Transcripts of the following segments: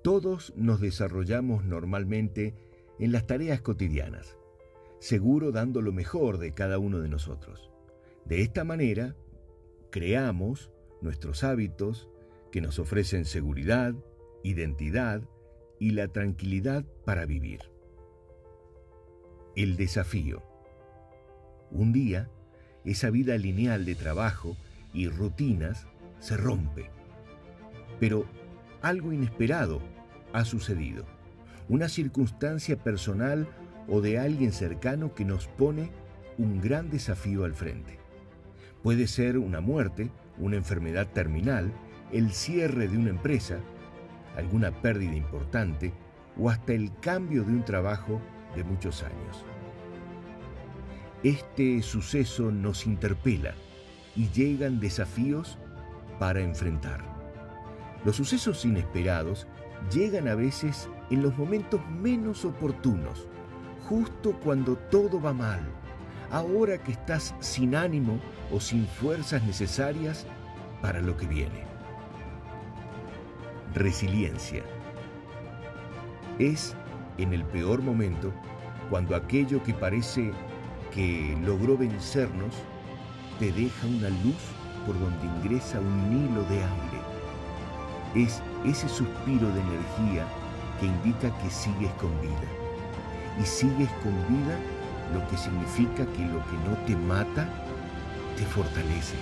Todos nos desarrollamos normalmente en las tareas cotidianas, seguro dando lo mejor de cada uno de nosotros. De esta manera, creamos nuestros hábitos que nos ofrecen seguridad, identidad y la tranquilidad para vivir. El desafío. Un día, esa vida lineal de trabajo y rutinas se rompe. Pero algo inesperado ha sucedido. Una circunstancia personal o de alguien cercano que nos pone un gran desafío al frente. Puede ser una muerte, una enfermedad terminal, el cierre de una empresa, alguna pérdida importante o hasta el cambio de un trabajo de muchos años. Este suceso nos interpela y llegan desafíos para enfrentar. Los sucesos inesperados llegan a veces en los momentos menos oportunos, justo cuando todo va mal, ahora que estás sin ánimo o sin fuerzas necesarias para lo que viene. Resiliencia. Es en el peor momento cuando aquello que parece que logró vencernos te deja una luz por donde ingresa un hilo de aire. Es ese suspiro de energía que indica que sigues con vida. Y sigues con vida, lo que significa que lo que no te mata, te fortalece.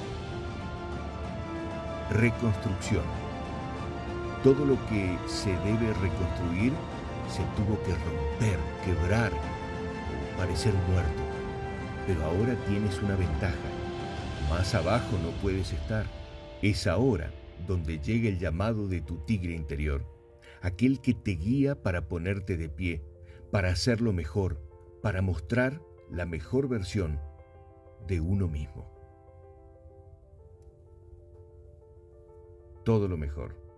Reconstrucción. Todo lo que se debe reconstruir se tuvo que romper, quebrar o parecer muerto. Pero ahora tienes una ventaja. Más abajo no puedes estar. Es ahora donde llega el llamado de tu tigre interior, aquel que te guía para ponerte de pie, para hacerlo mejor, para mostrar la mejor versión de uno mismo. Todo lo mejor.